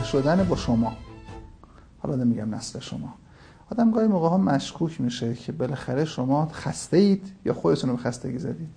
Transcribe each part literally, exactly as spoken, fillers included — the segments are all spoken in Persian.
شدن با شما، حالا نمیگم نسل شما، آدم گاهی موقع ها مشکوک میشه که بالاخره شما خسته اید یا خودتون رو به خستگی زدید،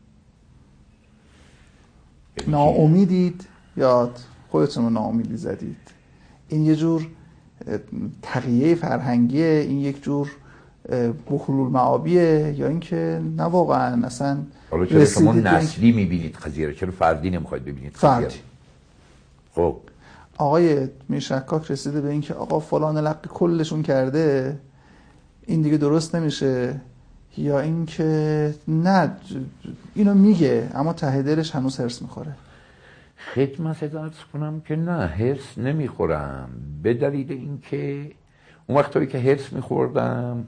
ناامیدید یا خودتون رو ناامیدی زدید. این یه جور تقیه فرهنگیه، این یک جور بحلول معابیه، یا اینکه نه واقعا اصلا حالا چرا شما نسلی میبینید قضیه رو، چرا فردی نمیخواید ببینید فردی؟ خب آقای میرشکاک رسیده به اینکه آقا فلان لق کلشون کرده، این دیگه درست نمیشه، یا اینکه نه اینو میگه اما ته دلش هنوز هرس میخوره؟ خدمت عرض کنم که نه، هرس نمیخورم، به دلیل اینکه اون وقتایی که هرس میخوردم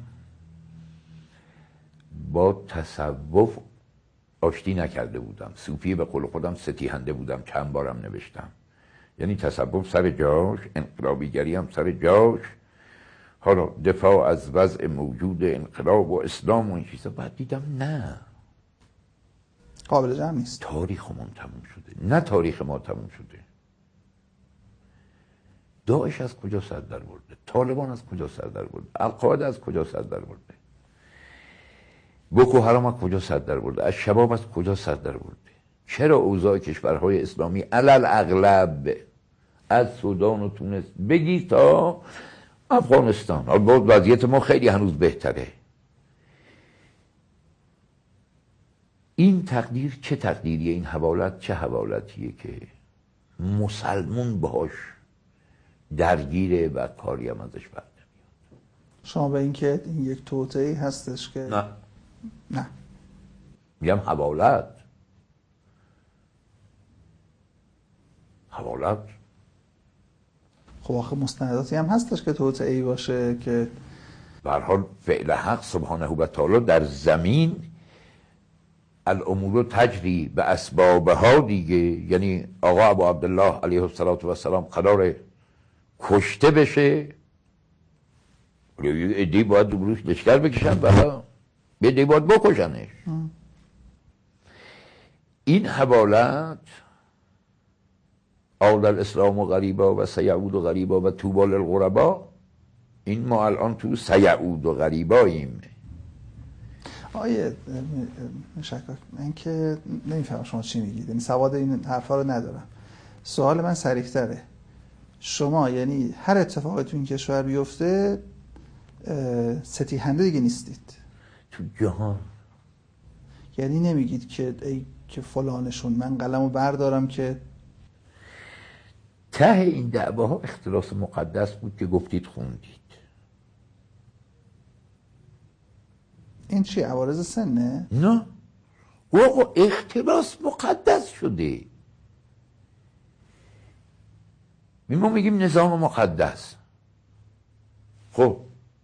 با تصوف آشتی نکرده بودم، صوفی به قول خودم ستیهنده بودم، چند بارم نوشتم. یعنی تصوف سر جاش، انقلابیگری هم سر جاش، حالا دفاع از وضع موجود انقلاب و اسلام و این چیزا. بعد دیدم نه، قابل جمع نیست، تاریخمون تموم شده. نه تاریخ ما تموم شده. داعش از کجا سر در برده؟ طالبان از کجا سر در برده؟ القاعده از کجا سر در برده؟ بوکو حرام از کجا سر در برده؟ از شباب از کجا سر در برده؟ چرا اوضاع کشورهای اسلامی علل اغلب از سودان و تونس بگی تا افغانستان، البته وضعیت ما خیلی هنوز بهتره، این تقدیر چه تقدیریه؟ این حوالت چه حوالتیه که مسلمون باهاش درگیره و کاری هم ازش بر نمیاد؟ شما به این که این یک توطئه‌ای هستش که نه نه میگم حوالت حوالت خب آخه مستنداتی هم هستش که توطئه‌ای باشه، که به هر حال فعل حق سبحانه و تعالی در زمین الامور تجری به اسبابها دیگه. یعنی آقا ابو عبدالله علیه السلام قرار کشته بشه، یه عده‌ای باید روش لشکر بکشن، بلا یه عده‌ای باید بکشنش. این حوالت آل الاسلام و غریبا و سیعود و غریبا و طوبی للغربا، این ما الان تو سیعود و غریباییم. آیه شکاک، من که نمیفهمم شما چی میگید، یعنی سواد این حرفا رو ندارم. سوال من سریع‌تره، شما یعنی هر اتفاقی تو این کشور بیفته ستیهنده دیگه نیستید تو جهان؟ یعنی نمیگید که ای که فلانشون من قلمو بردارم که ته این دعواها اختلاس مقدس بود که گفتید خوندید. این چی عوارض سنه؟ نه آقا، اختلاس مقدس شده. ما میگیم نظام مقدس. خب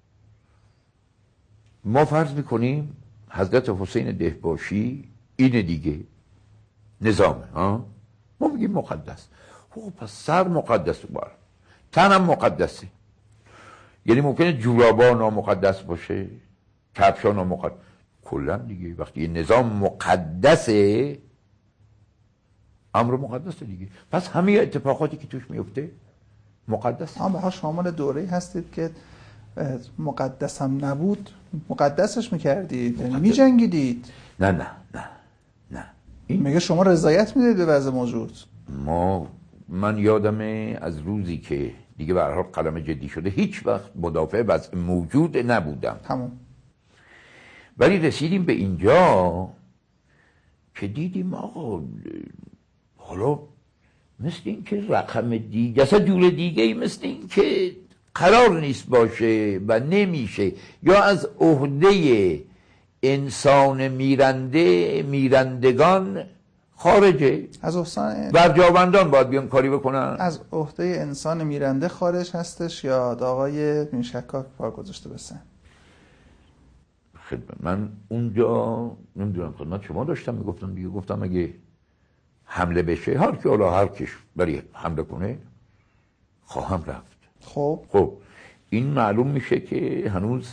ما فرض میکنیم حضرت حسین دهباشی اینه دیگه نظامه، ها؟ ما میگیم مقدس. خب پس سر مقدسه، بار تنم مقدسه. یعنی ممکنه جورابا نامقدس باشه، کفشا نامقدس، کلا دیگه وقتی یه نظام مقدسه امر مقدسه دیگه. پس همه اتفاقاتی که توش میفته مقدسه. ها، به شامل دوره‌ای هستید که مقدس هم نبود مقدسش میکردید، یعنی میجنگیدید. نه نه نه نه این میگه شما رضایت میدید به وضع موجود. ما من یادمه از روزی که دیگه به هر حال قلم جدی شده هیچ وقت مدافع وضع موجود نبودم، تمام. ولی رسیدیم به اینجا که دیدیم آقا حالا مثل این که رقم دیگه اصلا جور دیگه ای مثل این که قرار نیست باشه و نمیشه، یا از عهده انسان میرنده میرندگان خارجه، از احسان برجاوندان باید بیان کاری بکنن. از عهده انسان میرنده خارج هستش یا آقای میرشکاک پا گذاشته بسن؟ خدمت من اونجا نمیدونم خدمت شما داشتم میگفتم دیگه، گفتم اگه حمله بشه هر کی حالا هر کش بری حمله کنه خواهم رفت. خب خب این معلوم میشه که هنوز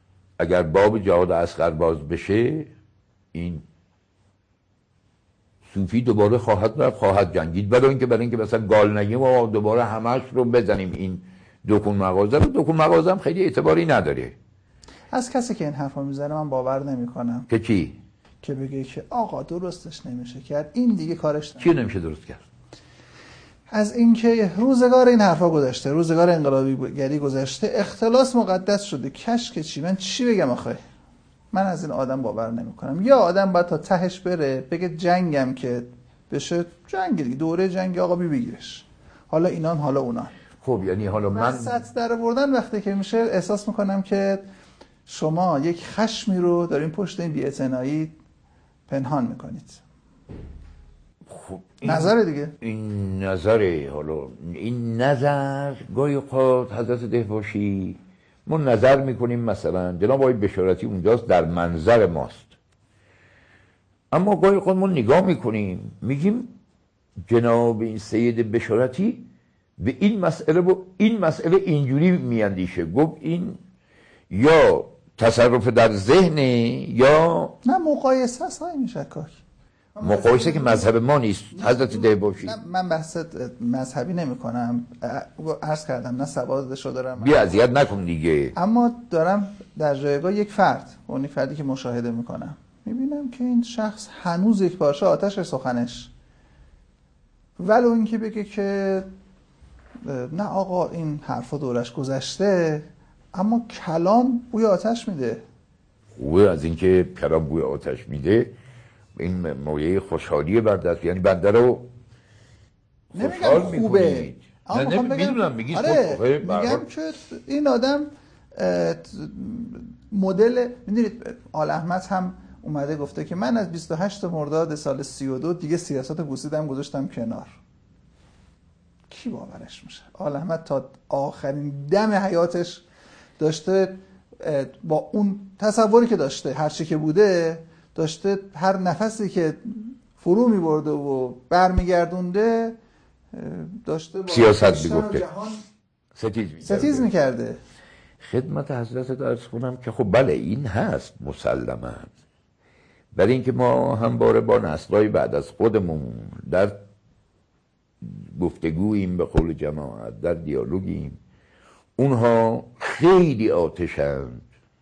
اگر باب جهاد اصغر باز بشه این صوفی دوباره خواهد رفت، خواهد جنگید، برای اینکه برای اینکه مثلا گال نگیم و دوباره همش رو بزنیم این دکون مغازه رو. دکون مغازه هم خیلی اعتباری نداره. از کسی که این حرفا میزنه من باور نمیکنم که چی؟ که بگه که آقا درستش نمیشه کرد، این دیگه کارش چی نمیشه درست کرد؟ از اینکه روزگار این حرفا گذشته، روزگار انقلابی گری گذشته، اختلاس مقدس شده. کشک چی؟ من چی بگم آخه؟ من از این آدم باور نمیکنم. یا آدم باید تا تهش بره بگه جنگم که بشه جنگ دیگه، دوره جنگ آقا بی بگیرش، حالا اینان حالا اونان. خب یعنی حالا من وسط در آوردن وقتی که میشه احساس میکنم که شما یک خشمی رو دارین پشت این بی‌اعتنایی پنهان میکنید. خب این نظر دیگه این نظره. حالا این نظر گاهی اوقات حضرت دهباشی ما نظر میکنیم مثلا جناب آقای بشارتی اونجاست در منظر ماست، اما گاهی اوقات ما نگاه میکنیم میگیم جناب این سید بشارتی به این مسئله و این مسئله اینجوری میاندیشه. گفت این یا تصرف در ذهنه یا نه مقایسه است. های میشکاک مقایسه که مذهب ما نیست حضرت دهباشی. من بحث مذهبی نمی کنم، عرض کردم نه سوادش رو دارم، بیا اذیت نکن دیگه، اما دارم در جایگاه یک فرد، اونی فردی که مشاهده میکنم میبینم که این شخص هنوز یک پارچه آتش سخنش، ولو اینکه بگه که نه آقا این حرفا دورش گذشته، اما کلام بوی آتش میده. خوبه از اینکه کلام بوی آتش میده، این مویه خوشحالیه بر دست، یعنی بنده رو خوشحال خوبه. نه نه میدونم میگی آره میگم که این آدم مدل، میدونید آل احمد هم اومده گفته که من از بیست و هشتم مرداد سال سی و دو دیگه سیاست بوسیدم گذاشتم کنار. کی باورش میشه؟ آل احمد تا آخرین دم حیاتش داشته با اون تصوری که داشته، هر چی که بوده داشته، هر نفسی که فرو میبرده و برمیگردونده داشته با سیاست میگفته، ستیز ستیز میکرده. خدمت حضرت درس کنم که خب بله این هست مسلماً، برای اینکه ما همواره با نسل‌های بعد از خودمون در گفتگوییم، به قول جماعت در دیالوگیم، اونها خیلی آتشند،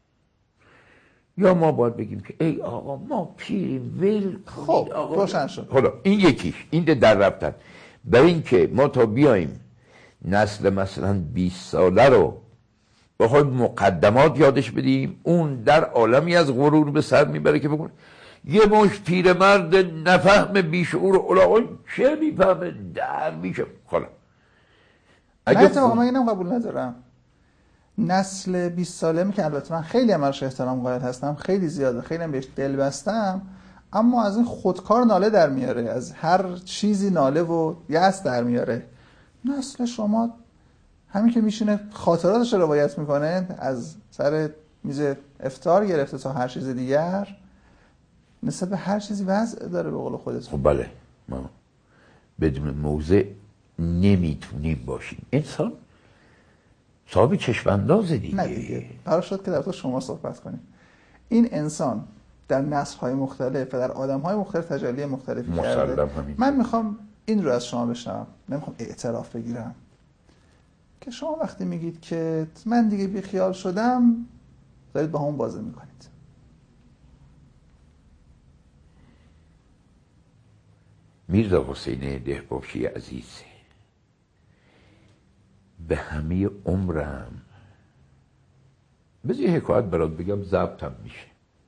یا ما باید بگیم که ای آقا ما پیریم ول خب روشن شد. حالا این یکیش این در رفتن، برای اینکه ما تا بیایم نسل مثلا بیست ساله رو بخوایم مقدمات یادش بدیم، اون در عالمی از غرور به سر میبره که بگونه یه مش پیرمرد نفهم بیشعور اولاغای چه میفهمه در میشه. حالا نه اتفاقا من اینم قبول ندارم. نسل بیست ساله می که البته من خیلی هم ازش احترام قائل هستم، خیلی زیاده، خیلی هم بهش دل بستم، اما از این خودکار ناله در میاره، از هر چیزی ناله و یأس در میاره. نسل شما همین که میشینه خاطراتش رو روایت میکنه، از سر میز افطار گرفته تا هر چیز دیگر، نسبت به هر چیزی وضع داره به قول خودت. خب بله ما بدون موضع نمیتونیم باشیم. انسان صاحب چشم اندازه دیگه. نه دیگه قرار شد که در تو شما صحبت کنیم. این انسان در نسل‌های مختلف و در آدم‌های مختلف تجلی مختلفی کرده. من میخوام این رو از شما بشنوم، نمیخوام اعتراف بگیرم، که شما وقتی میگید که من دیگه بی خیال شدم، دارید با همون بازی میکنید. میرزا حسین دهباشی عزیز، به همه عمرم بذار یه حکایت برات بگم، ضبطم میشه،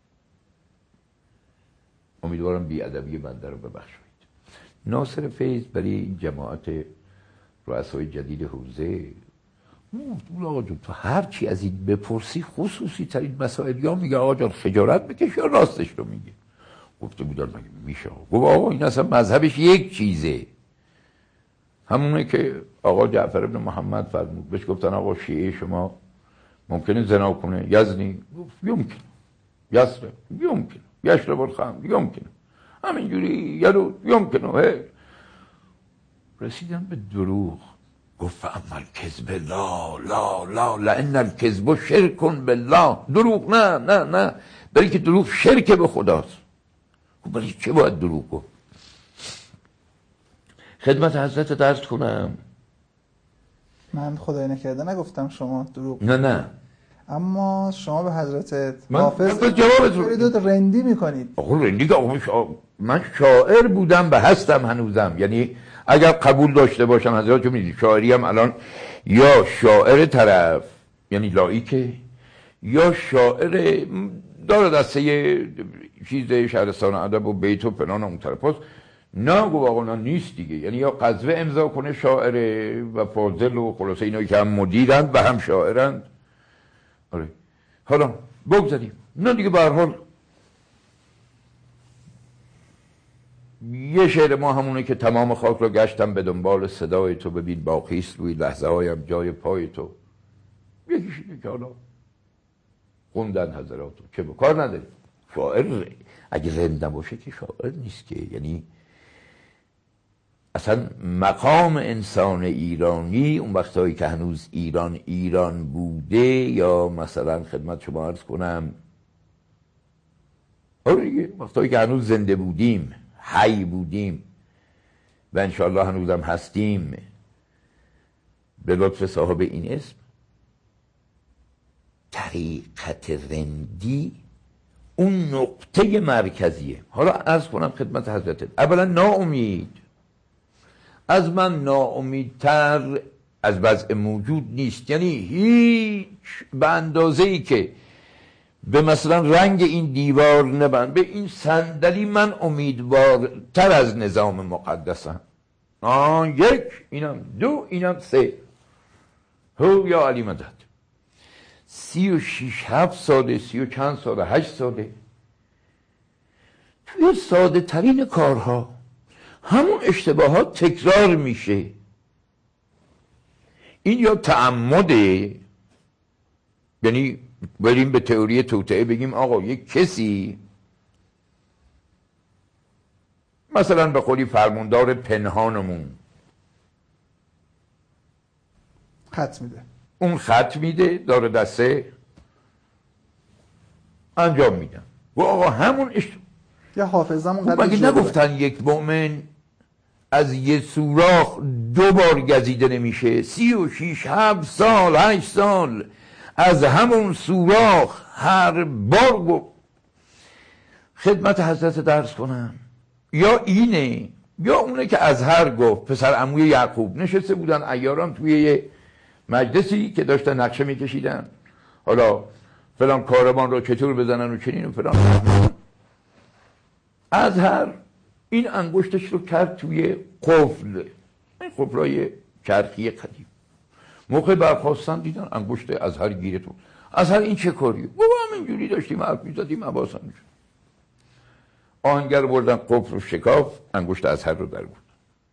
امیدوارم بی ادبی بنده رو ببخشید. ناصر فیض برای این جماعت رؤسای جدید حوزه اون آقا جون تو هر چی از این بپرسی خصوصی ترین مسائل یا میگه آقا جان خجالت بکش یا راستش رو میگه. گفته بودن مگه میشه؟ گفت آقا این اصلا مذهبش یک چیزه، همونه که آقا جعفر ابن محمد فرمود، بهش گفتن آقا شیعه شما ممکنه زنا کنه؟ یزنی؟ گفت یمکن، یسره یمکن، یشرب الخمر یمکن، همینجوری یلو یمکنه. رسیدن به دروغ، گفت اما الکذب لا لا لا لان الکذب شرک بالله. دروغ نه نه نه، برای که دروغ شرک به خداست. گفت برای چه باید دروغ گفت؟ خدمت حضرت درس کنم. من خدای نکرده نگفتم شما دروغ. نه نه، اما شما به حضرت من حافظ جوابت رو رندی میکنید. آقا رندی که آقا شا... من شاعر بودم و هستم هنوزم. یعنی اگر قبول داشته باشم حضرت، چون میدید شاعری هم الان یا شاعر طرف یعنی لایکه، یا شاعر داره دسته چیز شهرستان ادب و بیت و فلان اون طرف هست. نه گو آقا نه نیست دیگه. یعنی یا قضوه امضا کنه شاعره و فاضل و خلاصه اینا که هم مدیرند و هم شاعرند. آره حالا بگذاریم. نه دیگه به هر حال یه شعر ما همونه که تمام خاک رو گشتم به دنبال صدای تو، ببین باقیست روی لحظه هایم جای پای تو. یکیش اینه که حالا خوندن حضراتو که به کار نداریم. شاعر اگه رند نباشه که شاعر نیست که. یعنی اصلا مقام انسان ایرانی اون وقتایی که هنوز ایران ایران بوده، یا مثلا خدمت شما عرض کنم آره دیگه وقتایی که هنوز زنده بودیم، حی بودیم و انشاءالله هنوزم هستیم به لطف صاحب این اسم، طریقت رندی اون نقطه مرکزیه. حالا عرض کنم خدمت حضرت، اولا ناامید از من ناامیدتر از وضع موجود نیست. یعنی هیچ به اندازه ای که به مثلا رنگ این دیوار نبند، به این صندلی من امیدوارتر از نظام مقدسم. آن یک، اینم دو، اینم سه. هو یا علی مدد. سی و شیش هفت ساله، سی و چند ساله، هشت ساله، توی ساده ترین کارها همون اشتباهات تکرار میشه. این یا تعمده، یعنی بریم به تئوری توطئه بگیم آقا یک کسی مثلا به قولی فرماندار پنهانمون خط میده، اون خط میده داره دسته انجام میدن و آقا همون اشتباه. یا حافظمون خب مگه نگفتن یک مؤمن از یه سوراخ دو بار گزیده نمیشه؟ سی و شیش هفت سال هشت سال از همون سوراخ هر بار گفت. خدمت حضرت درس کنم یا اینه یا اونه که ازهر گفت. پسر عموی یعقوب نشسته بودن عیاران توی یه مجلسی که داشتن نقشه میکشیدن، حالا فلان کاروان رو چطور بزنن و چنین و فلان. ازهر این انگشتش رو کرد توی قفل، این قفلای چرخی قدیم. موقع برخواستن دیدن انگشت ازهر گیره تو. ازهر این چه کاری؟ بابا همینجوری داشتیم حرف می‌زدیم حواسم می‌شد. آهنگر بردن قفل رو شکاف، انگشت ازهر رو در بود.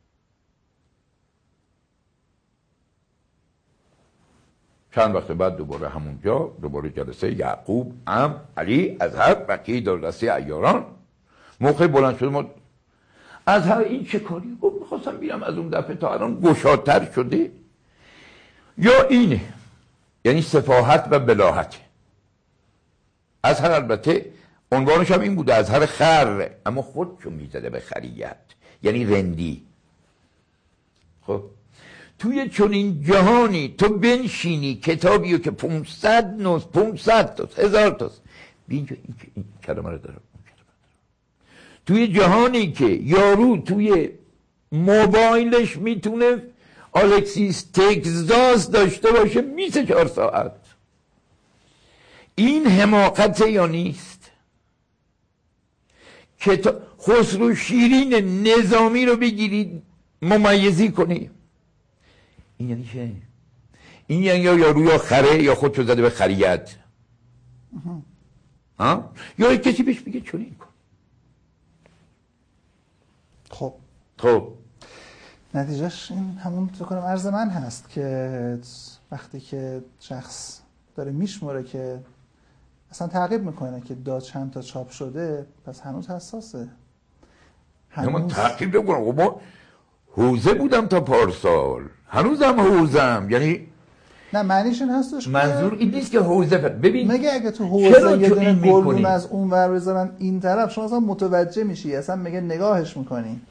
چند وقت بعد دوباره همونجا دوباره جلسه یعقوب، عم، علی، ازهر، بقیه در دسته عیاران. موقع بلند شد ما ازهر این چه کاری؟ گفت میخواستم بیرم از اون دفعه تا الان گشادتر شده. یا اینه، یعنی سفاهت و بلاهت. ازهر البته عنوانش هم این بوده، ازهر خر، اما خودشو میزده به خریت، یعنی رندی. خب توی چنین جهانی تو بنشینی کتابیو که پونصد نوز پونصد تاست هزار تاست اینجا این, این کلمه رو دارم، توی جهانی که یارو توی موبایلش میتونه الکسیس تگزاس داشته باشه بیست و چهار ساعت، این حماقت یا نیست؟ که خسرو شیرین نظامی رو بگیرید ممیزی کنی، این یعنی چه؟ این یعنی یا یارو یا خره یا خودشو زده به خریت، ها؟ یا کسی بهش بگه چنین کن. خب خب نتیجهش این همون تو کنم عرض من هست که وقتی که شخص داره میشموره که اصلا تعقیب میکنه که داد چند تا چاپ شده، پس هنوز حساسه. هنوز من تعقیب نکنم، ما حوزه بودم تا پارسال، هنوزم حوزم. یعنی نه معنیش این هستش منظور این نیست که حوزه فت. ببین مگه اگه تو حوزه یه دونه گلدون از اون ور بذارن این طرف، شما اصلا متوجه میشی، اصلا میگه نگاهش میکنی.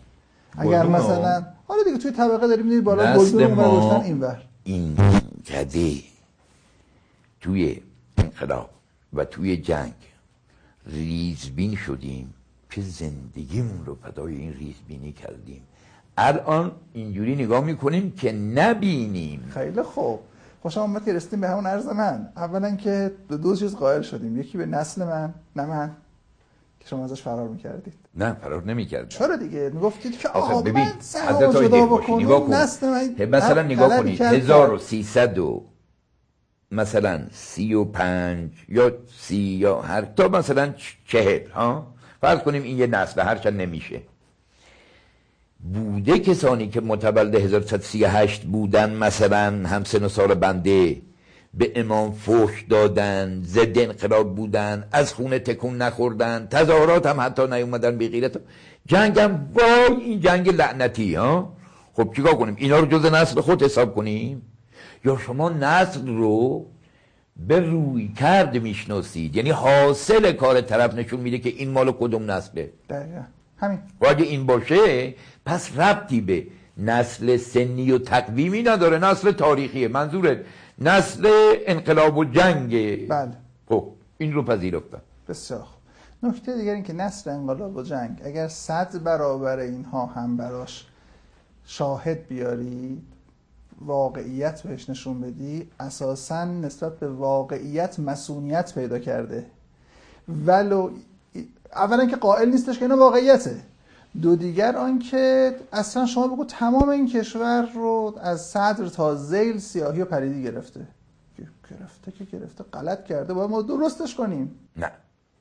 اگر مثلا حالا دیگه توی طبقه داریم می‌بینید بالا گلدون اونور گفتن اینور این کدی توی انقلاب و توی جنگ ریزبین شدیم که زندگیمون رو فدای این ریزبینی کردیم. الان اینجوری نگاه میکنیم که نبینیم. خیلی خوب، خوش آمد که رسیدیم به همون عرض من. اولا که دو چیز قائل شدیم، یکی به نسل من، نه من که شما ازش فرار میکردید. نه فرار نمیکردم. چرا دیگه؟ میگفتید که آقا ببین حضرت جدا بکنیم نسل من. مثلا نگاه کنید هزار و سیصد و مثلا سی و پنج یا سی یا هر تا مثلا چهل ها فرض کنیم این یه نسل هرچند نمیشه بوده. کسانی که متولد هزار و سیصد و سی و هشت بودن مثلا همسن و سال بنده به امام فحش دادن، ضد انقلاب بودن، از خونه تکون نخوردن، تظاهرات هم حتی نیومدن به غیرت، جنگ هم وای این جنگ لعنتی ها. خب چیکار کنیم؟ اینا رو جز نسل خود حساب کنیم یا شما نسل رو به روی کرد میشناسید؟ یعنی حاصل کار طرف نشون میده که این مال کدوم نسله. دقیقا همین. و اگه این باشه پس ربطی به نسل سنی و تقویمی نداره، نسل تاریخیه. منظور نسل انقلاب و جنگ. بله. خب این رو پذیرفتم. بسیار خوب. نکته دیگر این که نسل انقلاب و جنگ اگر صد برابر اینها هم براش شاهد بیاری، واقعیت بهش نشون بدی، اساساً نسبت به واقعیت مسئولیت پیدا کرده. ولو اولا که قائل نیستش که اینا واقعیته، دو دیگر آن که اصلا شما بگو تمام این کشور رو از صدر تا ذیل سیاهی و پلیدی گرفته. گرفته که گرفته، غلط کرده، باید ما درستش کنیم. نه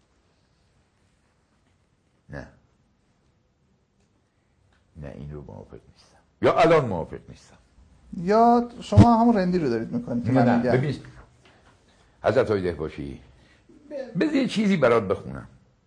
نه نه این رو موافق نیستم، یا الان موافق نیستم، یا شما همون رندی رو دارید میکنید که نه من نه میگم. ببین حضرت های دهباشی بذار یه چیزی برات بخونم.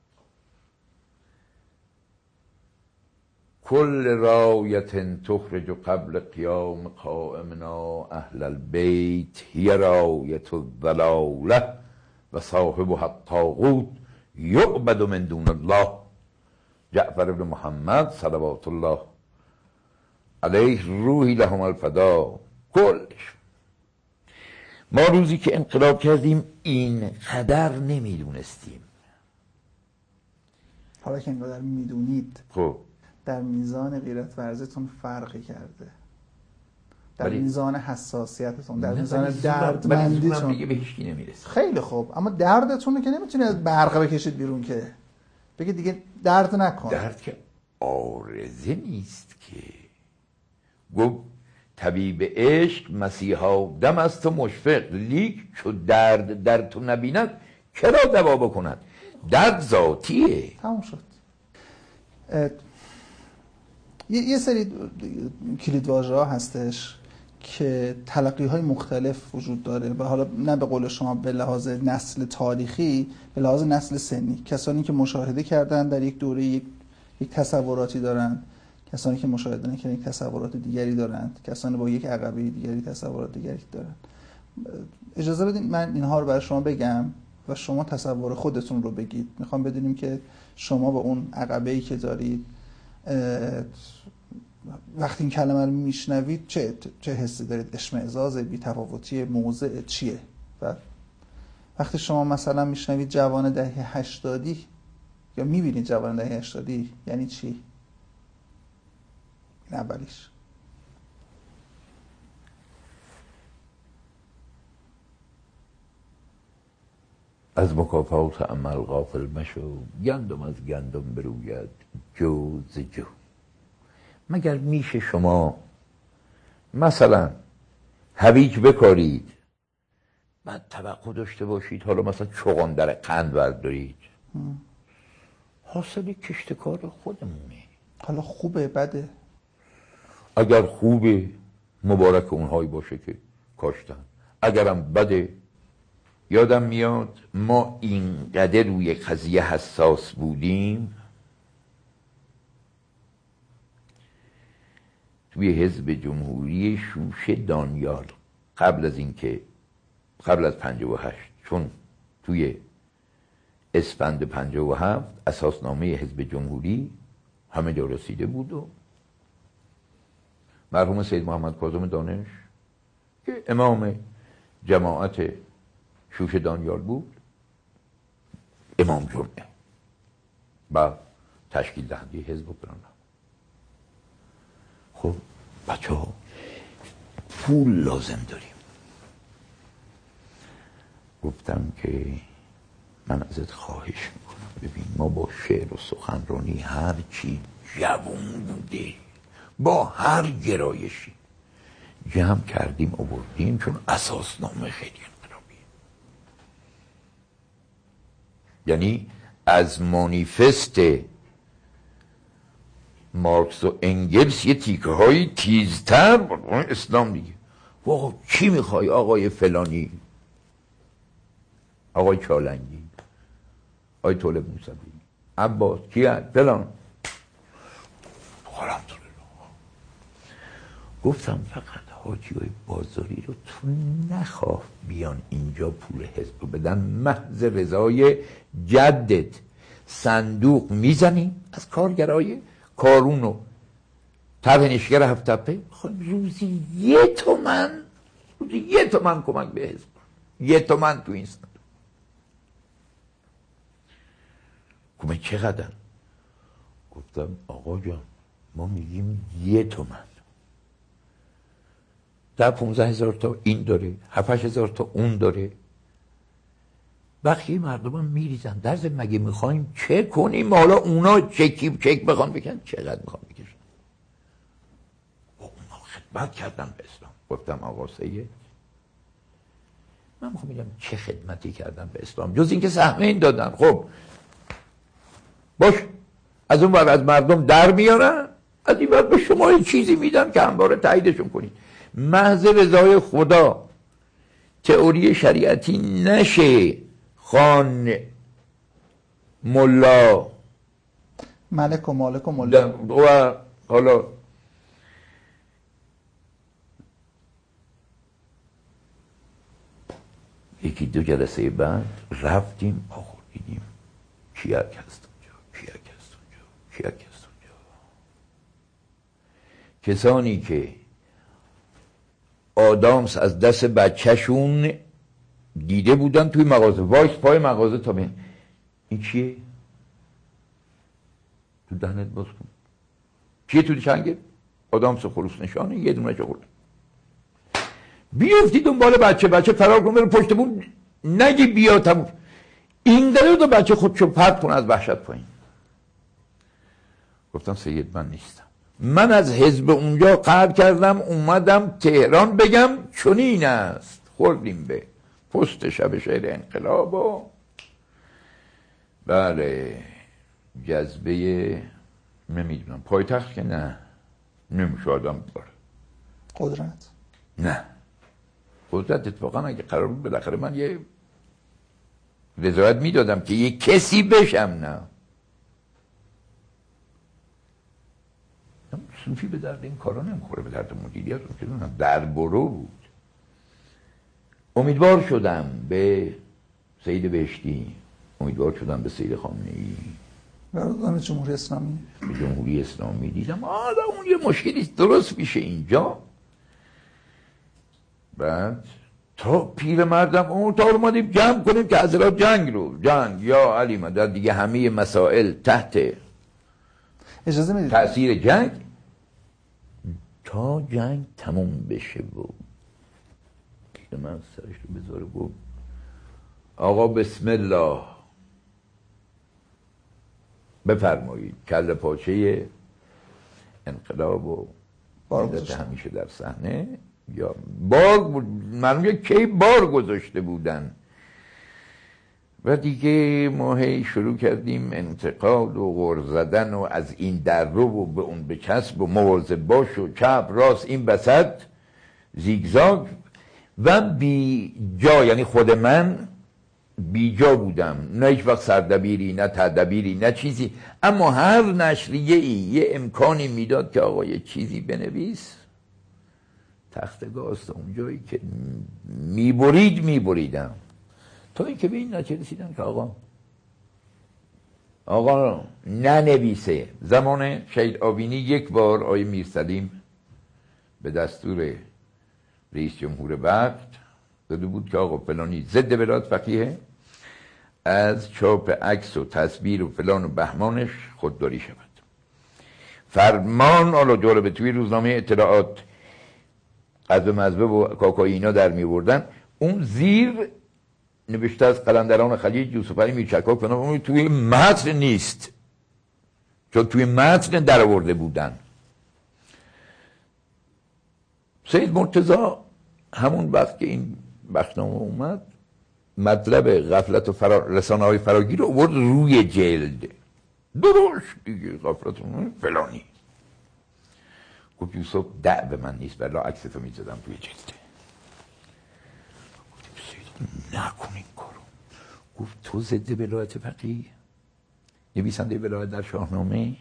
کل رایت تخرج قبل قیام قائمنا اهل البیت هی رایت الضلاله و صاحبها الطاغوت یعبد من دون الله. جعفر بن محمد صلوات الله علیه روحی لهم الفدا. کلش ما روزی که انقلاب کردیم این قدر نمیدونستیم. حالا که اینقدر میدونید، خب در میزان غیرت ورزتون فرقی کرده، در بلی. میزان حساسیتتون، در نه، میزان ولی زورم- دردمندیتون. ولی زورم دیگه به هیچ کی نمیرسه. خیلی خوب، اما دردتون رو که نمیتونی از برقه بکشید بیرون، که بگید دیگه درد نکن. درد که آرزه نیست که. گفت طبیب عشق مسیحا دم از تو مشفق، لیک چو درد در تو نبیند کرا دوا بکند. درد ذاتیه. تموم شد. اه، یه یه سری کلیدواژه ها هستش که تلقی های مختلف وجود داره و حالا نه به قول شما به لحاظ نسل تاریخی، به لحاظ نسل سنی. کسانی که مشاهده کردن در یک دوره یک, یک تصوراتی دارند، کسانی که مشاهده نکردن یک تصورات دیگری دارند، کسانی با یک عقبه دیگری تصورات دیگری دارند. اجازه بدین من اینها رو برای شما بگم و شما تصور خودتون رو بگید. میخوام بدونیم که شما با اون عقبه‌ای که دارید وقتی این کلمه رو میشنوید چه چه حسی دارید؟ اشمئزاز، بی‌تفاوتی، موضع چیه؟ و وقتی شما مثلا میشنوید جوان دهه هشتادی یا میبینید جوان دهه هشتادی یعنی چی؟ این اولیش. از مکافات عمل غافل مشو، گندم از گندم بروید جو ز جو. مگر میشه شما مثلا هویج بکارید بعد توقع داشته باشید حالا مثلا چغندر قند بردارید؟ حاصل کشتکار خودمونه. حالا خوبه بده؟ اگر خوبه مبارک اونهایی باشه که کاشتن، اگرم بده. یادم میاد ما اینقدر روی قضیه حساس بودیم توی حزب جمهوری شوش دانیال قبل از اینکه قبل از پنجاه و هشت، چون توی اسفند پنجاه و هفت اساسنامه حزب جمهوری همه جا رسیده بود و مرحوم سید محمد کاظم دانش که امام جماعت شوش دانیال بود، امام جمعه و تشکیل دهنده حزب برنامه. خب بچه ها پول لازم داریم. گفتم که من ازت خواهش میکنم، ببین ما با شعر و سخنرانی هر چی جوون بوده با هر گرایشی جمع کردیم آوردیم، چون اساسنامه خیلی انقلابیه. یعنی از مانیفست مارکس و انگلس یه تیکه های تیزتر با اسلام دیگه. واقعا چی میخوای آقای فلانی، آقای چالنگی، آقای طالب موسوی، عباس، کیان فلان. الحمدلله. گفتم فقط حاجی های بازاری رو تو نخواه بیان اینجا پول حزب رو بدن، محض رضای جدت صندوق میزنیم از کارگرای کارون و طرحنشینگر هفت تپه. خب روزی یه تومن روزی یه تومن کمک به حزب، یه تومن تو این صندوق. گفتم چقدر؟ گفتم آقا جان ما میگیم یه تومن، در پونزه هزار تا این داره، هفتش هزار تا اون داره. وقتی مردم هم میریزن در ضمن مگه میخوایم چه کنیم؟ حالا اونا چکی چک بخوان بکن چقدر میخوان بکشن؟ و اونا خدمت کردن به اسلام. گفتم آقا سید من میخوام بگم چه خدمتی کردن به اسلام جز اینکه سهمه این دادن. خب باش، از اون ور از مردم در میارن، از این ور به شما یه چیزی میدن که همواره تاییدشون کنید. محض رضای خدا تئوری شریعتی نشه خان ملا ملک و مالک و ملا و حالا یکی دو جلسه بعد رفتیم آخور دیدیم کیک هست اونجا، کیک هست اونجا، کیک هست اونجا. کسانی که آدامس از دست بچهشون دیده بودن توی مغازه، وایس پای مغازه تا بین این چیه؟ تو دهنت باز کن چیه تو چنگه؟ آدامس خروس نشانه یه دونه چه خورد بیفتی دنبال بچه، بچه فرار کن بره پشت بود، نگی بیا تموم. این داره دو بچه خودشو پرت کنه از وحشت پایین. گفتم سید من نیستم، من از حزب اونجا قهر کردم اومدم تهران بگم چنین است. خوردیم به پست شب شعر انقلاب و بله جذبه نمیدونم پایتخت که نه نمیشه آدم باره قدرت نه قدرت اتفاقا اگه قرار بود بالاخره من یه وزارت میدادم که یه کسی بشم. نه صوفی به درد این کارا نمیخوره، به درد مدیریت که در برو بود. امیدوار شدم به سید بهشتی، امیدوار شدم به سید خامنه‌ای، برادران جمهوری اسلامی، به جمهوری اسلامی. دیدم آره اون یه مشکلی درست میشه اینجا. بعد تا پیر مردم اون تا اومدیم جمع کنیم که حضرات جنگ رو جنگ یا علی مدد دیگه همه مسائل تحت اجازه میدید تأثیر جنگ تا جنگ تموم بشه. بود من سرش رو بذاره گفت آقا بسم الله بفرمایید. کله پاچه انقلاب و بارگذاشت همیشه در صحنه یا بار معلوم که کی بار گذاشته بودن. و دیگه ما هی شروع کردیم انتقاد و غر زدن و از این در رو و به اون بچسب و مواظب باش و چپ راست این وسط زیگزاگ و بی جا. یعنی خود من بی جا بودم، نه هیچ وقت سردبیری نه تدبیری نه چیزی، اما هر نشریه ای یه امکانی میداد که آقا یه چیزی بنویس، تختگاست اونجایی که میبرید میبریدم تا اینکه به این نتیجه رسیدن که آقا آقا ننویسه. زمان شهید آبینی یک بار آیه میرسلیم به دستور رئیس جمهور وقت داده بود که آقا فلانی ضد ولایت فقیه، از چاپ عکس و تصویر و فلان و بهمانش خودداری شود. فرمان حالا جالبه توی روزنامه اطلاعات قذف مذبه و کاکایی اینا در می بردن، اون زیر نوشته از قلندران خلیج یوسف علی میرچکاک فلان، توی متن نیست، چون توی متن در آورده بودن. سید مرتضی همون وقت که این بخشنامه اومد مطلب غفلت و فرا... رسانه های فراگیر رو آورد روی جلد. درست دیگه غفلت فلانی. گفت یوسف دع به من نیست بلا عکستو میزدم روی جلده. گفت سید نکن این کارو. گفت تو ضد ولایت فقیه، نویسنده ولایت در شاهنامه،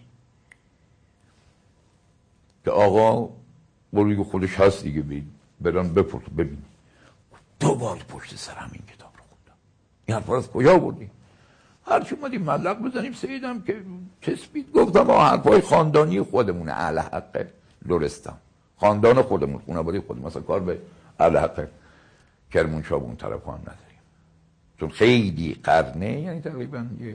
که آقا بروی خودش هست دیگه، بید بران بپرس ببین. دو بار پشت سر هم این کتاب رو خوندم. این حرفا از کجا بردی؟ هرچی اومدیم ملق بزنیم سیدم که چسبید. گفتم آه حرفای خاندانی خودمونه، اهل حق لرستان، خاندان خودمون، خانواده خودمون، مثلا کار به اهل حق کرمانشاه اون طرف هم نداریم، چون خیلی قرنه، یعنی تقریبا یه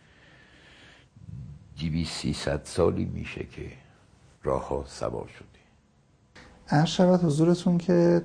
دویست سیصد سالی میشه که راه ها سوا شده. عرض شود حضورتون که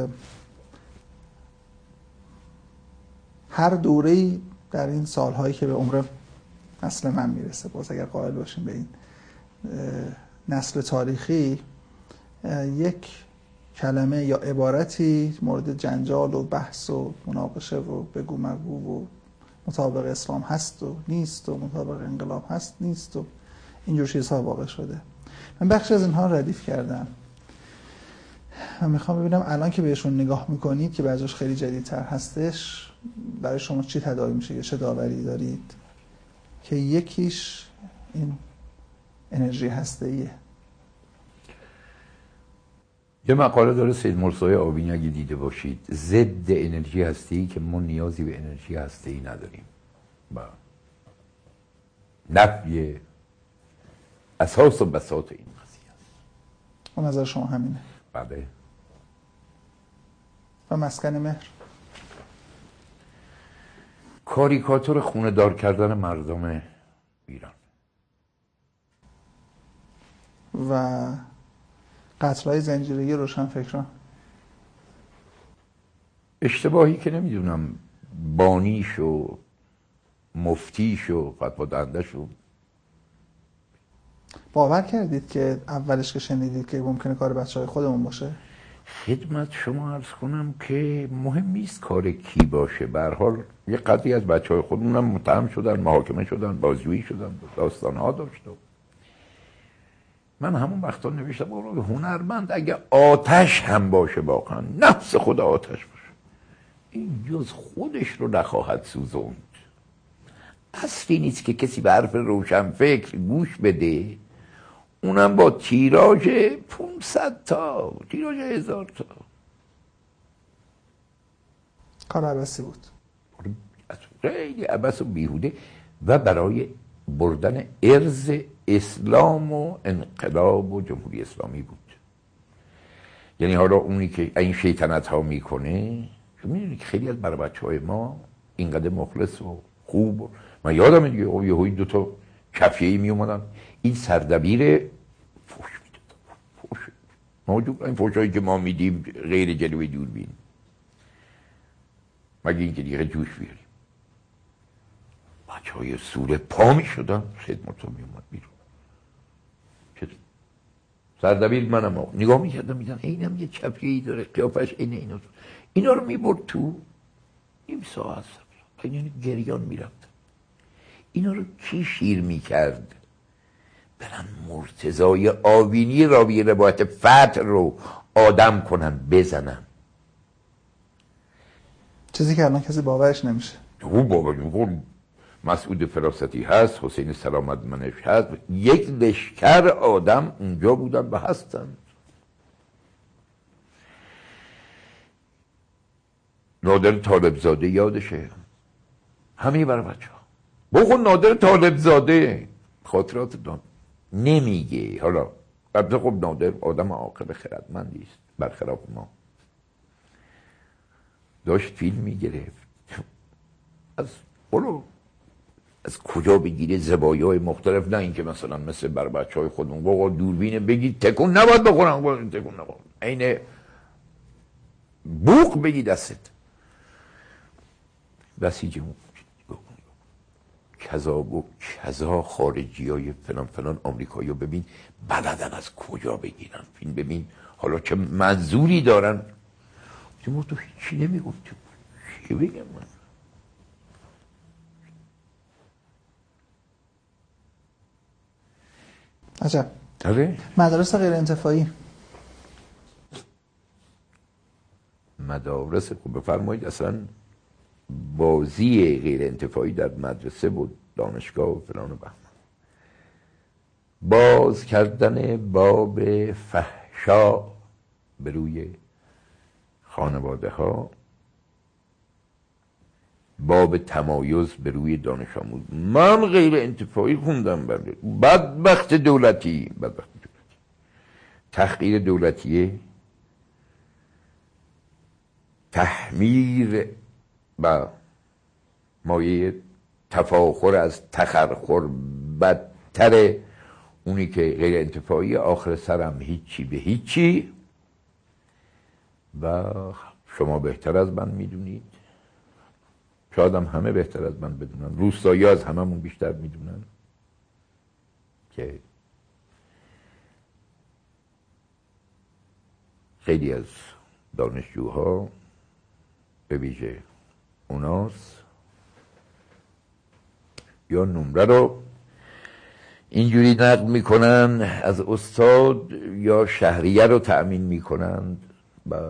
هر دوره‌ای در این سالهایی که به عمر نسل من میرسه، باز اگر قائل باشیم به این نسل تاریخی، یک کلمه یا عبارتی مورد جنجال و بحث و مناقشه و بگو مگو و مطابق اسلام هست و نیست و مطابق انقلاب هست نیست و اینجور چیزها واقع شده. من بخشی از اینها ردیف کردم و میخوام ببینم الان که بهشون نگاه میکنید که بعضیش خیلی جدیدتر هستش، برای شما چی تداعی میشه یا چه داوری دارید؟ که یکیش این انرژی هسته‌ایه. یه مقاله داره سید مرسای آبینی اگه دیده باشید، ضد انرژی هسته‌ای که ما نیازی به انرژی هسته‌ای نداریم. با نفی اساس و بساط این قضیه است. و نظر شما همینه؟ بله. و مسکن مهر؟ کاریکاتور خونه دار کردن مردم ایران و قتل‌های زنجیره‌ای روشنفکران. اشتباهی که نمیدونم بانیش و مفتیش و فتوا دهندش و باور کردید که اولش که شنیدید که ممکنه کار بچه‌های خودمون باشه؟ خدمت شما عرض کنم که مهم نیست کار کی باشه، به هر حال یه قدری از بچه‌های خودمون هم متهم شدن، محاکمه شدن، بازجویی شدن، داستان‌ها داشت. من همون وقتا نوشتم آقا هنرمند اگه آتش هم باشه، واقعا نفس خود آتش باشه، این جز خودش رو نخواهد سوزوند. اصلی نیست که کسی به حرف روشنفکر گوش بده، اونم با تیراژ پانصد تا، تیراژ هزار تا. کار عباسی بود، خیلی عباس و بیهوده و برای بردن ارز اسلام و انقلاب و جمهوری اسلامی بود. یعنی حالا اونی که این شیطنت ها میکنه، میدونی که خیلی از برای بچه های ما اینقدر مخلص و خوب و من یادم دیگه او یه هایی دوتا کفیهی می اومدن این سردبیر فوش میداد، فوش موجود این فوش هایی که ما میدیم غیر جلوی دوربین، مگه این که دیگه جوش بیاریم. بچه های سوره پا می شدن، سید مرتضی می اومد بیرون، سردبیر منم نگاه می کردم میدن اینم یه چپیهی داره قیافش اینه اینا داره. اینا رو می برد تو نیم ساعت یعنی گریان می رفت. اینا رو کی شیر می کرد؟ برن مرتضای آبینی راوی روایت فتح رو آدم کنن بزنن، چیزی که الان کسی باورش نمیشه. او باور میکنه. مسعود فراستی هست، حسین سلامت منش هست، یک لشکر آدم اونجا بودن و هستن. نادر طالبزاده یادشه، همه برای بچه ها بخون نادر طالبزاده خاطرات دان نمیگه. حالا البته خب نادر آدم عاقل خردمندی است برخلاف ما. داشت فیلم میگرفت، از قلو از کجا بگیره زوایای مختلف، نه اینکه مثلا مثل بر بچه های خودمون با دوربین بگید تکون نباید بخورن، تکون نباید، این بوق بگی دستت بسیج کذا و کذا خارجی های فلان فلان آمریکایی رو ببین بلدن از کجا بگیرن فیلم، ببین حالا چه منظوری دارن. تو تو هیچی نمیگفت، چی بگم من؟ عجب. آره مدارس غیر انتفاعی، مدارس خب بفرمایید اصلا بازی غیر انتفاعی در مدرسه بود، دانشگاه و فلان و بهمان، باز کردن باب فحشا به روی خانواده ها، باب تمایز به روی دانش آموز. من غیر انتفاعی خوندم، بله بدبخت دولتی، بدبخت دولتی، تحقیر دولتیه، تحمیر و مایه تفاخر از تخرخر، بدتر اونی که غیر انتفاعی آخر سرم هیچی به هیچی. و شما بهتر از من میدونید، شاید هم همه بهتر از من بدونن، روستایی از هممون بیشتر میدونن که خیلی از دانشجوها به ویژه اوناس یا نمره رو اینجوری نقل میکنن از استاد یا شهریه رو تأمین میکنند. و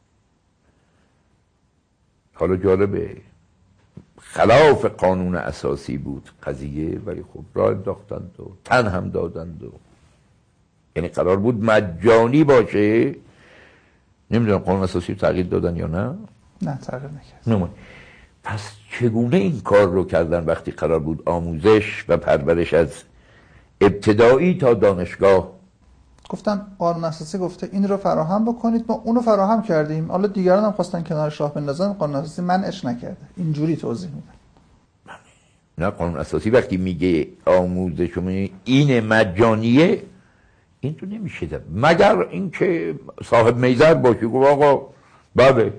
حالا جالبه خلاف قانون اساسی بود قضیه، ولی خب راه انداختند و تن هم دادند و یعنی قرار بود مجانی باشه. نمیدونم قانون اساسی رو تغییر دادن یا نه. نه تغییر نکرد. نمون. پس چگونه این کار رو کردن وقتی قرار بود آموزش و پرورش از ابتدایی تا دانشگاه؟ گفتن قانون اساسی گفته این رو فراهم بکنید، ما اون رو فراهم کردیم، حالا دیگران هم خواستن کنارش راه بندازن، قانون اساسی منعش نکرده. اینجوری توضیح میدن. نه قانون اساسی وقتی میگه آموزش این مجانیه، این تو نمیشه ده. مگر اینکه صاحب میزر باشی گفت آقا بله.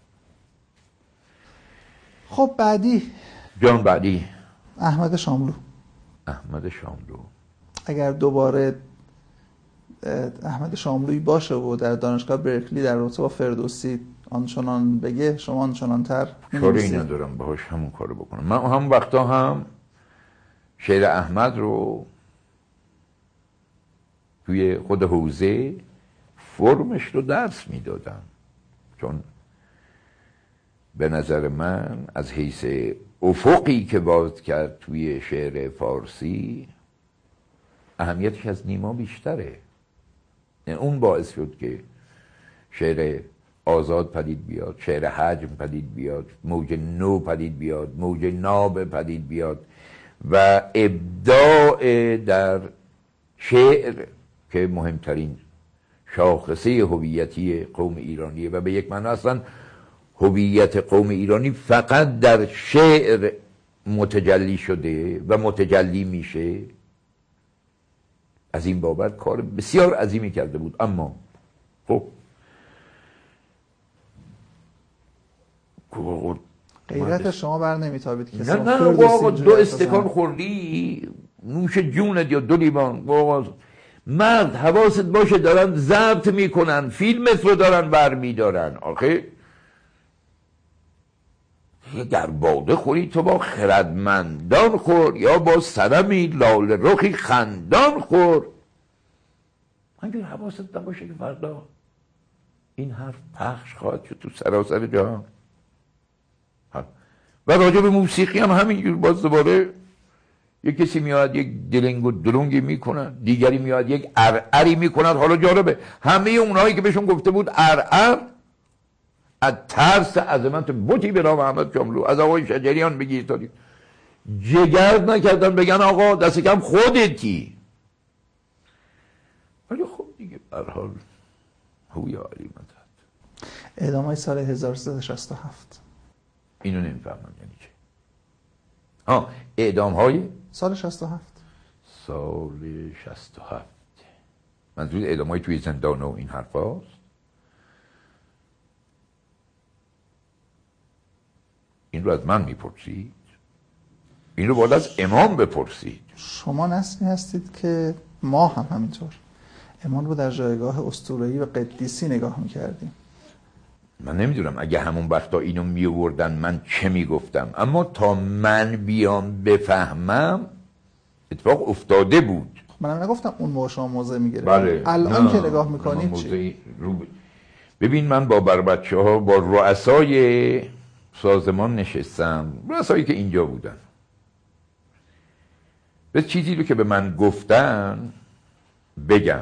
خب بعدی جان بعدی احمد شاملو. احمد شاملو اگر دوباره احمد شاملویی باشه و در دانشگاه برکلی در رابطه با فردوسی آنچنان بگه، شما آنچنان تر کاری ندارم باهاش همون کارو بکنم. من هم وقتا هم شعر احمد رو توی خود حوزه فرمش رو درس میدادم، چون به نظر من از حیث افقی که باز کرد توی شعر فارسی اهمیتش از نیما بیشتره. یعنی اون باعث شد که شعر آزاد پدید بیاد، شعر حجم پدید بیاد، موج نو پدید بیاد، موج ناب پدید بیاد و ابداع در شعر که مهمترین شاخصه هویتی قوم ایرانیه و به یک معنی اصلا هویت قوم ایرانی فقط در شعر متجلی شده و متجلی میشه. از این بابت کار بسیار عظیمی کرده بود. اما خب غیرت شما بر نمیتابید که نه نه آقا دو استکان خوردی نوش جونت یا دو لیوان. مرد حواست باشه دارن ضبط میکنن، فیلمت رو دارن برمیدارن. آخه در باده خوری تو با خردمندان خور یا با صنمی لال رخی خندان خور. اگر حواست نباشه که فردا این حرف پخش خواهد شد تو سراسر جهان. و راجع به موسیقی هم همینجور باز دوباره یک کسی میاد یک دلنگ و دلونگی میکنن، دیگری میاد یک ارعری میکنن. حالا جالبه همه اونهایی که بهشون گفته بود ارعر از ترس عظمت بتی به نام احمد شاملو از آقای شجریان بگیر تا دید جگر نکردن بگن آقا دست کم خودتی. ولی هر حال هوی عالی مدد. اعدام های سال هزار و سیصد و شصت و هفت اینو نمیفهمم یعنی چه. ها اعدام های سال شصت و هفت سال شصت و هفت منظور اعدام های توی زندان و این حرف هاست. این رو از من میپرسید؟ این رو باید از امام بپرسید. شما نسلی هستید که ما هم همینطور امام رو در جایگاه اسطوره‌ای و قدیسی نگاه میکردیم. من نمیدونم اگه همون وقتا اینو میوردن من چه میگفتم، اما تا من بیام بفهمم اتفاق افتاده بود. منم نگفتم اون موقع شما موضع میگیره. بله. الان که نگاه میکنید چی؟ رو ب... ببین من با بر بچه ها با رؤسای سازمان نشستم، رؤسایی که اینجا بودن، به چیزی رو که به من گفتن بگم.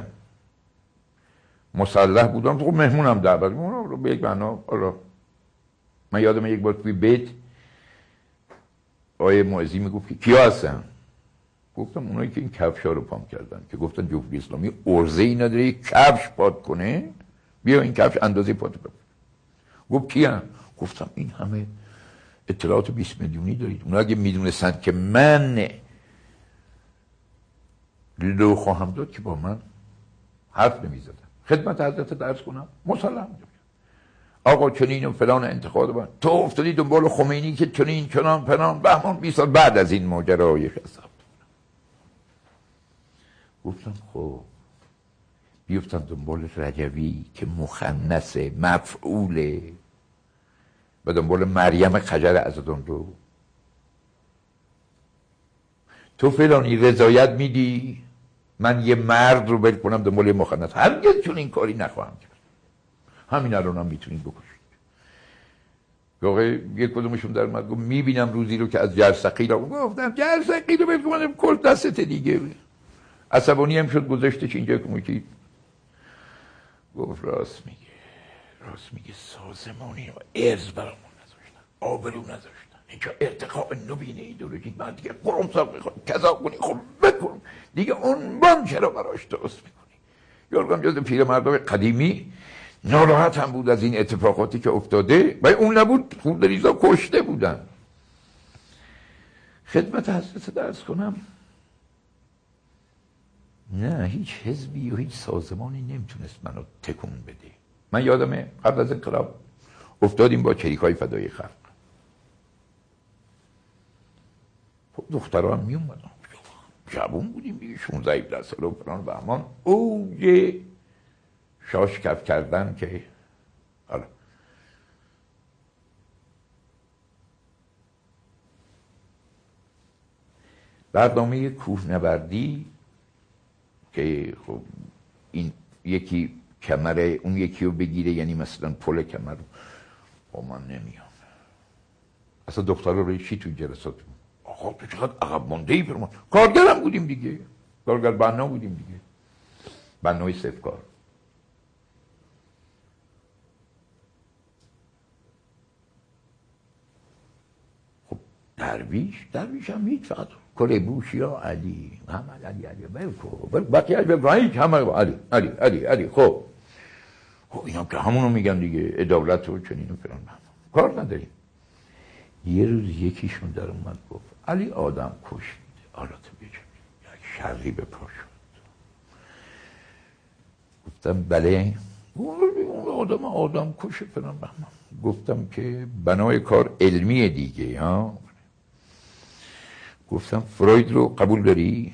مسلح بودم، خب مهمونم دعوت رو به یک بنا. من یادم یک بار توی بیت آیه موعظی میگفت که کیا هستن؟ گفتم اونایی که این کفشا رو پام کردن، که گفتن جمهوری اسلامی ارزه ای نداره یک کفش پاد کنه، بیا این کفش اندازه پات بپوش. گفت کیان؟ گفتم این همه اطلاعات بیست میلیونی دارید، اونا اگه میدونستن که من لو خواهم داد که با من حرف نمیزدن. خدمت حضرت درس کنم مسلم آقا چنین و فلان انتخاب من، تو افتادی دنبال خمینی که چنین چنان فلان بهمان بیست سال بعد از این ماجرای حساب. گفتم خب بیفتم دنبال رجوی که مخنثه مفعوله و دنبال مریم خجر عزدان رو. تو فلانی رضایت میدی من یه مرد رو بل کنم دنبال مخنث؟ هرگز چون این کاری نخواهم کرد. همین الان هم میتونید بکشید. واقعا یک کدومشون در اومد گفت میبینم روزی رو که از جرثقیل رو گفتم جرثقیل رو بل کنم کل دستت دیگه. عصبانی هم شد گذاشته که اینجا کمکی. گفت راست میگه راست میگه سازمانی رو ارز برامون نذاشتن، آبرو نذاشتن، اینجا ارتقاء نوین ایدئولوژی بعد دیگه قرم ساق میخواد کذا کنی خب بکن دیگه عنوان چرا براش درست میکنی. یارگم جز پیر مردم قدیمی ناراحت هم بود از این اتفاقاتی که افتاده و اون نبود خود ریزا کشته بودن. خدمت حضرت درس کنم نه هیچ حزبی و هیچ سازمانی نمیتونست منو تکون بده. من یادمه قبل از انقلاب افتادیم با چریکای فدای خلق، خب دخترها هم میومدن، جوون بودیم دیگه شانزده هفده سال و فلان بهمان، اوج شاش کف کردن که حالا برنامه کوهنوردی که خب این یکی کمره اون یکی رو بگیره، یعنی مثلا پل کمر رو با من نمیام. اصلا دختر رو ریشی توی جلسات آقا تو چقدر عقب مانده ای برمان. کارگرم بودیم دیگه، کارگر بنا بودیم دیگه، بنای سفکار. خب درویش درویش هم هیچ فقط کل بوشی ها علی محمد علی علی بلکو بقیه علی ببرایی که همه علی علی علی علی خب خب اینا که همونو میگن دیگه ادالت و چنین و فلان کار نداریم. یه روز یکیشون در اومد گفت علی آدم کش میده، حالا تو بجا یک شرقی به پا شد. گفتم بله اون آدم آدم کشه فلان بهمان. گفتم که بنای کار علمیه دیگه ها. گفتم فروید رو قبول داری؟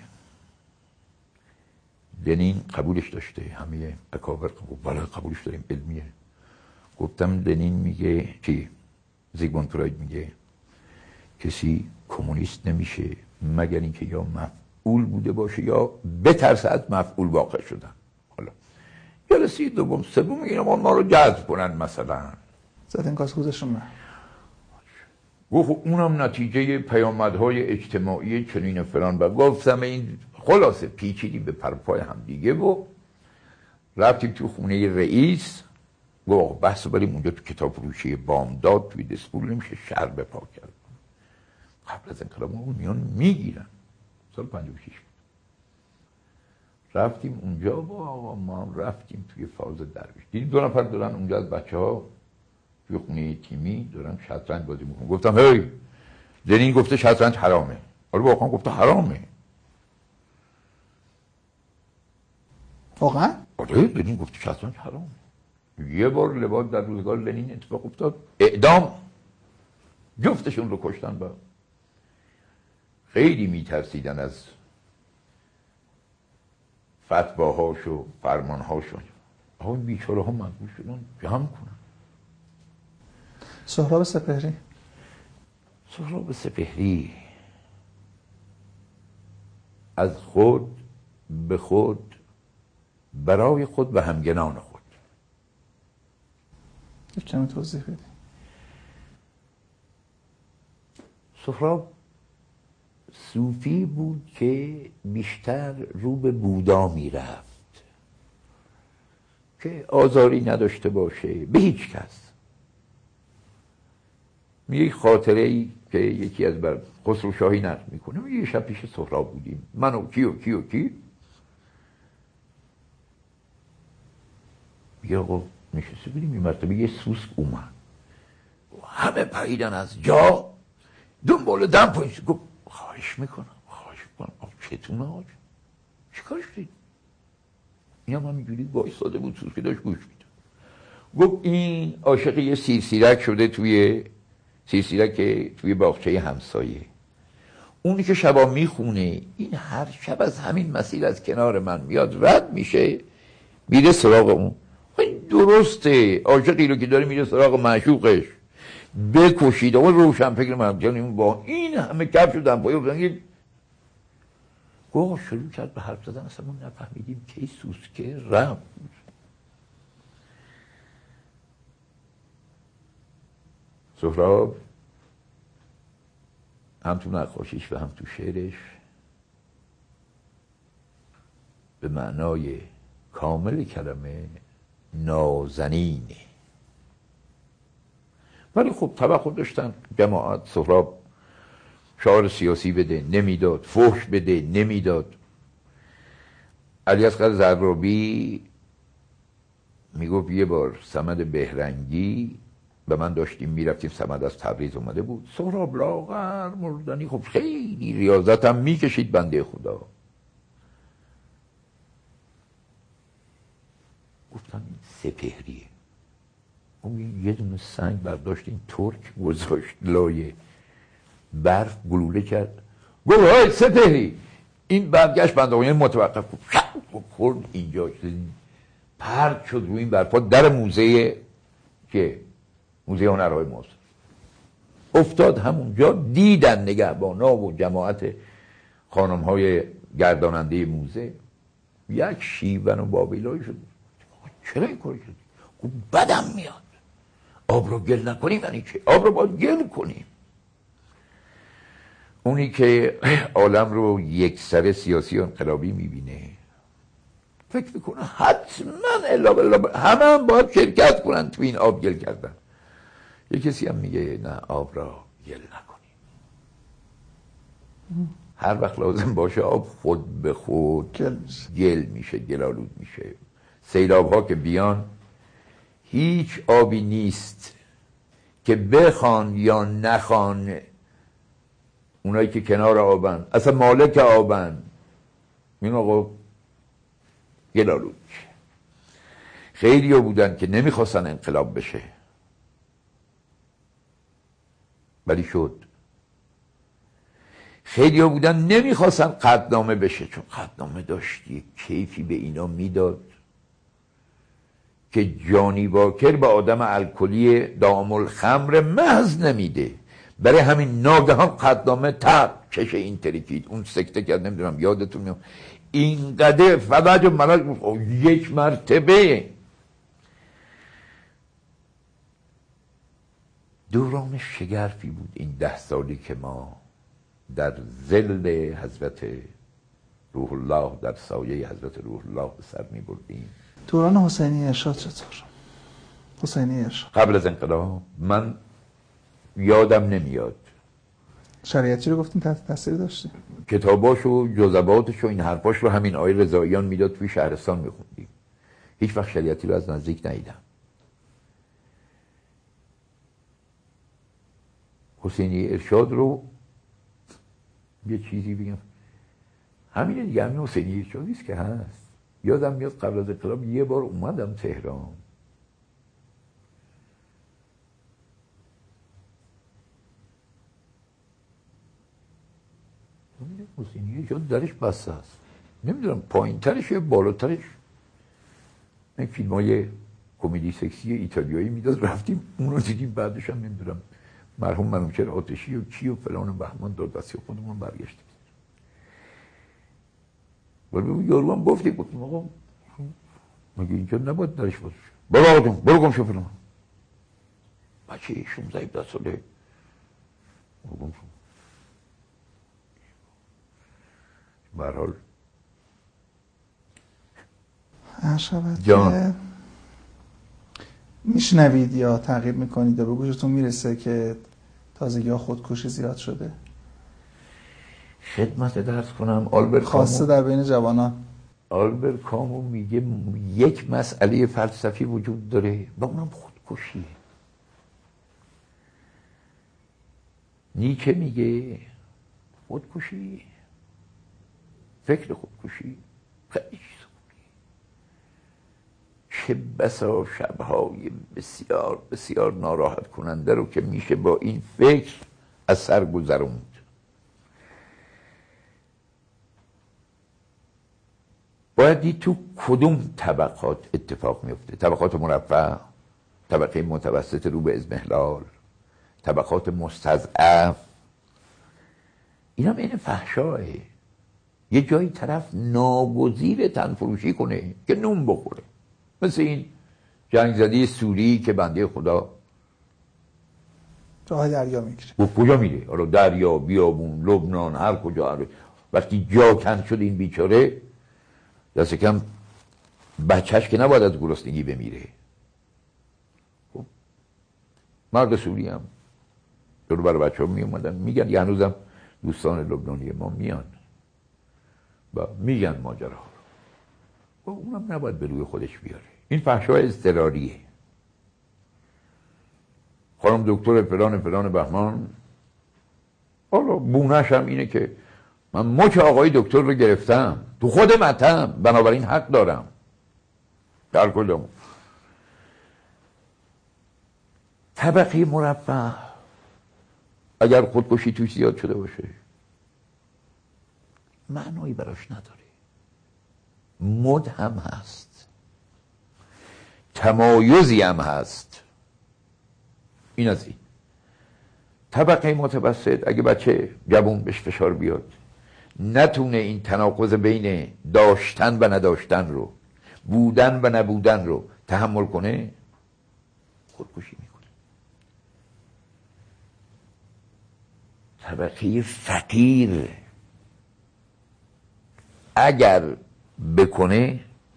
لنین قبولش داشته، همه اکابر قبول بله قبولش داریم علمیه. گفتم لنین میگه چی؟ زیگموند فروید میگه کسی کمونیست نمیشه مگر اینکه یا مفعول بوده باشه یا بترسه از مفعول واقع شدن. حالا جلسه دوم سوم اینا ما رو جذب کنن مثلا زدن کاسکوزشون نه. گفت اونم نتیجه پیامدهای اجتماعی چنین فلان. و گفتم این خلاصه پیچیدیم به پرپای هم دیگه و رفتیم تو خونه رئیس. گفت بحث بریم اونجا تو کتاب فروشی بامداد توی دسپول نمیشه شر بپا کرد. قبل از انقلاب اون میان میگیرن سال پنجاه و شش رفتیم اونجا با آقا ما رفتیم توی فاز درویش، دیدیم دو نفر دارن اونجا از بچه ها توی خونه تیمی دارن شطرنج بازی میکنن. گفتم هی لنین گفته شطرنج حرامه. آره واقعا گفته حرامه. واقعا؟ آره لنین گفته شطرنج حرامه. یه بار لباس در روزگار لنین اتفاق افتاد، اعدام، جفتشون رو کشتن. با خیلی میترسیدن از فتواهاش و فرمانهاشون. آقا این بیچاره ها مجبور شدن جمع کنن. سهراب سپهری سهراب سپهری از خود به خود، برای خود و همگنان خود. یک کمی توضیح بدید. سهراب صوفی بود که بیشتر رو به بودا می رفت که آزاری نداشته باشه به هیچ کس. یک خاطره ای که یکی از بر خسرو شاهی نقل میکنه، یه شب پیش سهراب بودیم، من و کی و کی و کی. یه آقا نشسته بودیم، این مرتبه یه سوسک اومد و همه پریدن از جا دنبال دم پایین. گفت خواهش میکنم خواهش میکنم آقا چتونه آج چی کارش دید؟ این هم همینجوری بایستاده بود، سوسکی داشت گوش میداد. گفت این عاشق یه سیرسیرک شده توی سیرسیرک توی باغچه همسایه. اونی که شبا میخونه این هر شب از همین مسیر از کنار من میاد رد میشه میره سراغ اون. این درسته، عاشقی رو که داره میره سراغ معشوقش بکشید. اون روشن فکر من با این همه کف شدن پایه بودن. گوه شروع کرد به حرف زدن، اصلا ما نفهمیدیم که سوسکه رفت. سهراب هم تو نقاشیش و هم تو شعرش به معنای کامل کلمه نازنینه. ولی خب توقع داشتن جماعت سهراب شعار سیاسی بده، نمیداد. فحش بده، نمیداد. علیاصغر زرابی میگفت یه بار صمد بهرنگی و من داشتیم میرفتیم، صمد از تبریز اومده بود، سهراب لاغر مردنی، خب خیلی ریاضت هم میکشید بنده خدا. گفتم این سپهریه. اون یه دونه سنگ برداشت این ترک گذاشت لایه برف، گلوله کرد. گفت های سپهری. این برگشت بنده خدا متوقف کرد، خورد اینجا پرد شد روی این برفا. در موزه که موزه هنرهای مصر افتاد همونجا. دیدن نگهبانا و جماعت خانم‌های گرداننده موزه یک شیون و بابیلای شد. چرا این کار کردی؟ گفت بدم میاد. آب رو گل نکنیم یعنی چه؟ آب رو باید گل کنیم. اونی که عالم رو یک سر سیاسی و انقلابی میبینه فکر میکنه حتما الا بالله همه هم باید شرکت کنن تو این آب گل کردن. یه کسی هم میگه نه آب را گل نکنیم. هر وقت لازم باشه آب خود به خود گل میشه, گل میشه گلالود میشه. سیلاب ها که بیان هیچ آبی نیست که بخوان یا نخوان اونایی که کنار آبن، اصلا مالک آبن، این آقا گلالود میشه. خیلی ها بودن که نمیخواستن انقلاب بشه ولی شد. خیلی ها بودن نمیخواستن قطعنامه بشه چون قطعنامه داشت یک کیفی به اینا میداد که جانی واکر به آدم الکلی دام الخمر محض نمیده. برای همین ناگهان قطعنامه تق چشه این ترکید، اون سکته کرد. نمیدونم یادتون میاد اینقدر فوج و ملاک یک مرتبه. دوران شگرفی بود این ده سالی که ما در ظل حضرت روح الله، در سایه حضرت روح الله به سر می بردیم. دوران حسینی ارشاد چطور؟ حسینی ارشاد قبل از انقلاب من یادم نمیاد شریعتی رو گفتیم تحت تاثیر داشته. کتاباش و جزباتش و این حرفاش رو همین آقای رضاییان میداد توی شهرستان میخوندیم. هیچ وقت شریعتی رو از نزدیک ندیدم. حسینی ارشاد رو یه چیزی بگم، همین دیگه، همین حسینی ارشادیست که هست. یادم میاد قبل از انقلاب یه بار اومدم تهران، حسینی ارشاد درش بسته است، نمیدونم پایین ترش یا بالاترش. این فیلم های کمدی سکسی ایتالیایی میداد، رفتیم اون رو دیدیم، بعدش هم نمیدونم مرحوم منوچهر آتشی و چی و فلان و بهمان داد دستی خودمون برگشتیم. ولی یارو هم گفتی گفتیم آقا مگه اینجا نباید درش باشه؟ برو آقا جون برو گم شو فلان. بچه شانزده هفده ساله برو گم شو. به هر حال شود که میشنوید یا تغییر میکنید یا به گوشتون میرسه که تازگی ها خودکشی زیاد شده؟ خدمت درس کنم آلبرت خاصه در بین جوانان. آلبرت کامو میگه یک مسئله فلسفی وجود داره و اونم خودکشیه. نیچه میگه خودکشی، فکر خودکشی خیلی چه بسا شبهای بسیار بسیار ناراحت کننده رو که میشه با این فکر از سر گذروند. باید دید تو کدوم طبقات اتفاق میفته. طبقات مرفه، طبقه متوسط رو به اضمحلال، طبقات مستضعف. این هم این فحشاه. یه جایی طرف ناگزیر تنفروشی کنه که نون بخوره، مثل این جنگ زدی سوری که بنده خدا راه دریا میگیره. و کجا میره؟ حالا دریا، بیابون، لبنان، هر کجا. هر وقتی جا کند شد این بیچاره، دست کم بچهش که نباید از گرسنگی بمیره. خب مرد سوری هم دور بر بچه ها می اومدن میگن، یه هنوزم دوستان لبنانی ما میان و میگن ماجرا رو، اونم نباید به روی خودش بیاره. این فحشای اضطراریه. خانم دکتر فلان فلان بهمان، حالا بونش هم اینه که من مچ آقای دکتر رو گرفتم تو خود متن، بنابراین حق دارم. در کدوم طبقه مرفه اگر خودکشی توش زیاد شده باشه معنایی براش نداره. مد هم هست، تمایزی هم هست. این از این. طبقه متوسط اگه بچه جوون بهش فشار بیاد، نتونه این تناقض بین داشتن و نداشتن رو، بودن و نبودن رو تحمل کنه، خودکشی میکنه. طبقه فقیر اگر بکنه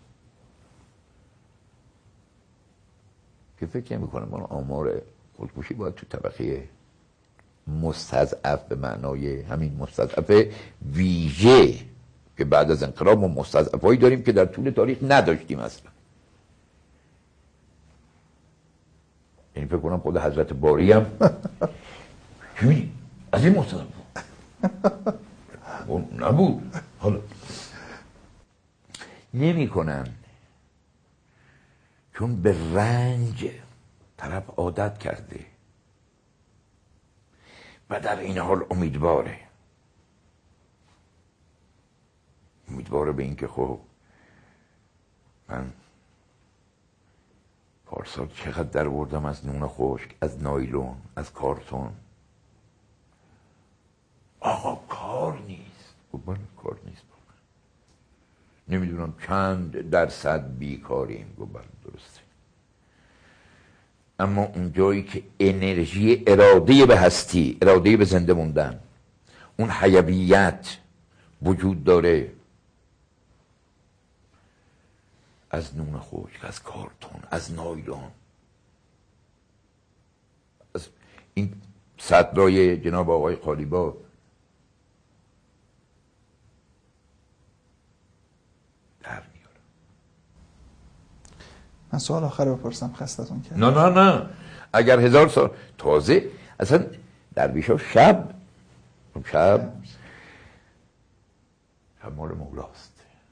که فکر نمی کنم آمار خودکشی باید تو طبقه مستضعف به معنای همین مستضعف ویژه که بعد از انقلاب ما مستضعفایی داریم که در طول تاریخ نداشتیم اصلا. یعنی فکر کنم خود حضرت باری هم چی از این مستضعف نبود. حالا نمی کنن چون به رنج طرف عادت کرده و در این حال امیدواره امیدواره به این که خب من پارسال چقدر در بردم از نون خشک، از نایلون، از کارتون. آقا کار نیست. خب من کار نیست بابا. نمیدونم چند درصد بیکاریم. گفت بله درسته. اما اون جایی که انرژی اراده به هستی، اراده به زنده موندن، اون حیویت وجود داره، از نون خشک، از کارتون، از نایلون، از این صدرای جناب آقای قالیباف در میارم. من سوال آخر بپرسم، خستتون کرد؟ نه نه نه، اگر هزار سال تازه اصلا درویش ها شب شب شب مال مولاست،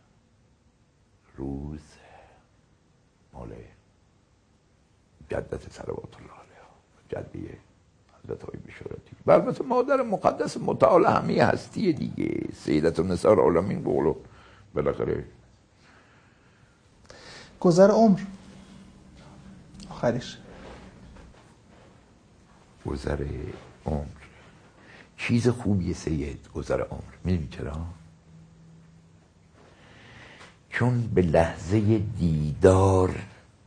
روز مال جدت صلوات الله علیها، جدیه حضرت های بشارتی. و البته مادر مقدس متعال همه هستی دیگه، سیدت النساء العالمین بولو بالاخره. گذر عمر آخریش، گذر عمر چیز خوبیه سید. گذر عمر میدونی چرا؟ چون به لحظه دیدار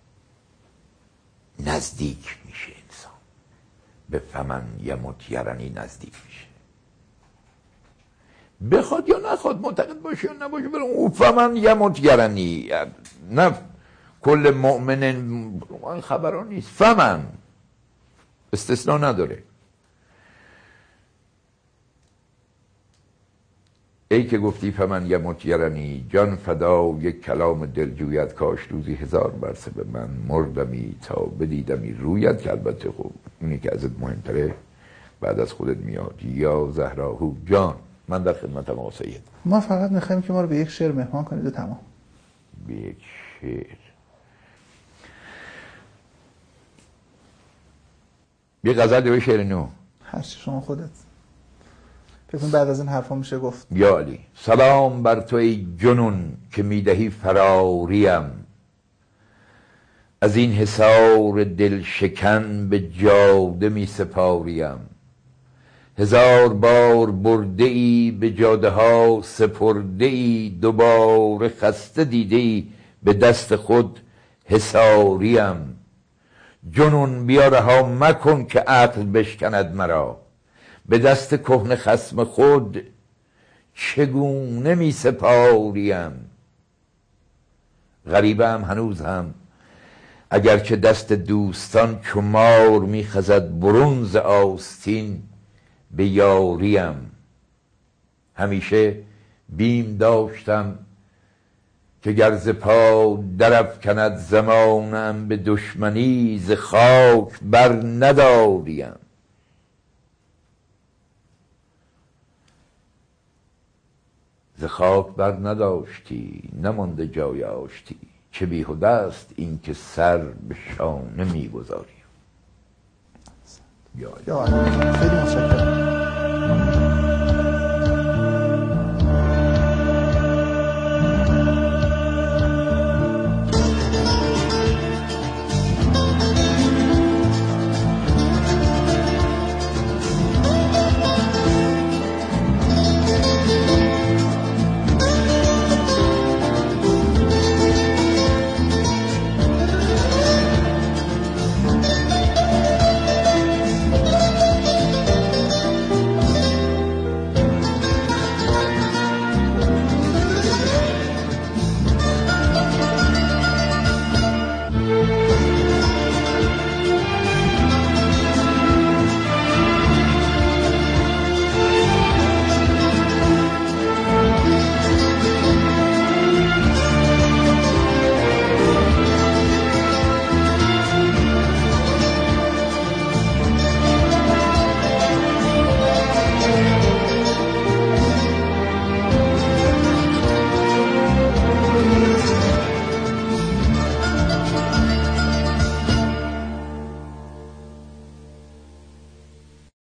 نزدیک میشه انسان، به فمن یموت یرنی نزدیک میشه، بخواد یا نخواد، معتقد باشه یا نباشه، بله او فمن یموت یرنی، نه کل مؤمن این خبران نیست، فمن استثناء نداره. ای که گفتی فمن یموت یرنی، جان فدا یک کلام دلجویت، کاش روزی هزار برسه به من مردمی تا بدیدمی رویت، که البته خب اونی که ازت مهمتره بعد از خودت میاد. یا زهراهو جان، من در خدمتم آقا سید. ما فقط میخوایم که ما رو به یک شعر مهمان کنید و تمام. به یک شعر، یه غزل یا شعر نو، هر چی شما خودت فکر کنم بعد از این حرفا میشه گفت. یا علی. سلام بر تو ای جنون که میدهی فراریم، از این حصار دل شکن به جاده می سپاریم. هزار بار برده ای به جاده ها سپرده ای، دوباره خسته دیده ای به دست خود حصاریم. جنون بیا رها مکن که عقل بشکند مرا، به دست کهنه خصم خود چگونه می سپاریم. غریبم هنوز هم اگرچه دست دوستان چو مار می خزد برون ز آستین به یاریم. همیشه بیم داشتم که گر ز پا درافکند زمانم، به دشمنی ز خاک بر نداریم. ز خاک بر نداشتی نمانده جای آشتی، چه بیهوده است این که سر به شانه میگذاریم. یا خیلی متشکرم.